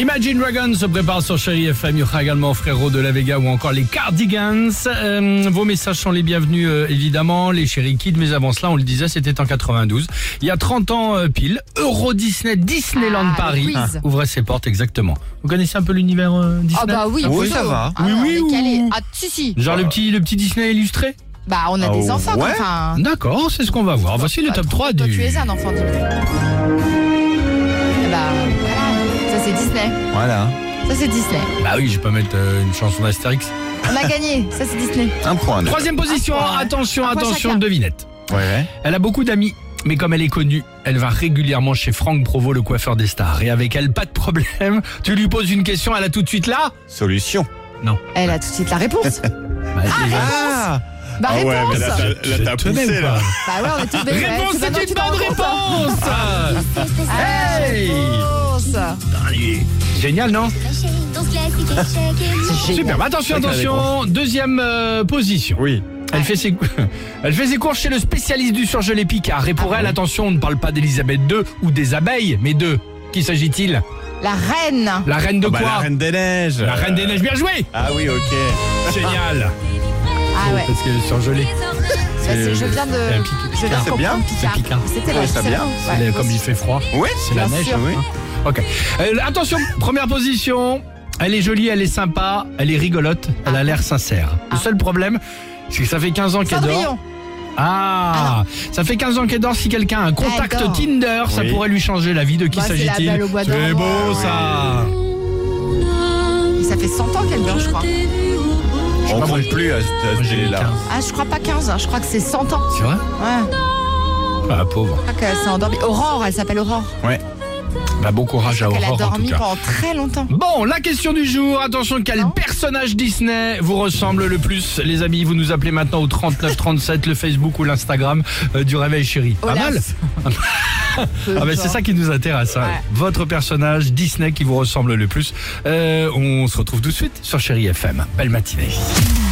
Imagine Dragons se prépare sur Chérie FM. Il y aura également Frérot de la Vega ou encore les Cardigans. Vos messages sont les bienvenus, évidemment. Les Chérie Kids, mais avant cela, on le disait, c'était en 92. Il y a 30 ans pile, Euro Disney, Disneyland Paris ouvrait ses portes, exactement. Vous connaissez un peu l'univers Disney? Ah bah oui, oui, ça va. Ah, Oui, on est calé. ou- Ah si. Genre le petit Disney illustré? Bah on a des enfants, ouais. enfin. D'accord, c'est ce qu'on va voir. Voici le top 3 Toi, du... tu es un enfant, dis-moi. Bah voilà, ça c'est Disney. Voilà. Ça c'est Disney. Bah oui, je vais pas mettre une chanson d'Astérix. On a gagné, ça c'est Disney. Un point. Troisième position, Un point, ouais. attention, Un point attention, chacun. devinette. Ouais. Elle a beaucoup d'amis, mais comme elle est connue, elle va régulièrement chez Franck Provo, le coiffeur des stars. Et avec elle, pas de problème. Tu lui poses une question, elle a tout de suite là? Solution. Non. Elle a tout de suite la réponse. Bah, déjà. Ah. Bah Ah ouais, réponse. mais là, t'as Je tenais poussé, ou là. pas? Bah ouais, on est tous bébés. Réponse, c'est une bonne réponse. Hey. Réponse. Allez. Génial, non? Super, bah attention, attention. Deuxième position. Oui. Elle fait ses courses chez le spécialiste du surgelé Picard. Et pour elle, attention, on ne parle pas d'Elisabeth II ou des abeilles, mais de... Qui s'agit-il? La reine. La reine de Bah, quoi? la Reine des Neiges. La Reine des Neiges, bien joué. Ah oui, ok. Génial. Ah ouais. Parce que surgelé. Bah, je viens de. Je viens de C'est bien. comprendre C'est Picard. C'était Ouais, c'est bien. Ouais. Comme il fait froid. Oui. C'est la Bien neige. sûr. Oui. Ok. Attention, première position. Elle est jolie, elle est sympa, elle est rigolote, elle a l'air sincère. Le seul problème, c'est que ça fait 15 ans qu'elle dort. Cendrillon. Ça fait 15 ans qu'elle dort. Si quelqu'un a un contact dort. Tinder, ça Oui. pourrait lui changer la vie. De qui Bah, c'est la s'agit-il? Belle au bois C'est dormant. beau ça. Et ça fait 100 ans qu'elle dort, je crois. On pas, moi, compte plus à ce J'ai télé-là. 15. Ah, je crois pas 15, je crois que c'est 100 ans. C'est vrai? Ouais. Ah, pauvre. Je crois qu'elle s'est endormie. Aurore, elle s'appelle Aurore. Ouais. Bah, bon courage à Elle a Aurore en tout dormi cas. pendant très longtemps. Bon, la question du jour. Attention, quel Non. personnage Disney vous ressemble le plus? Les amis, vous nous appelez maintenant au 39 37, le Facebook ou l'Instagram du Réveil Chéri. Pas Olaf. mal? Ah ben c'est ça qui nous intéresse. Hein. Ouais. Votre personnage Disney qui vous ressemble le plus. On se retrouve tout de suite sur Chéri FM. Belle matinée.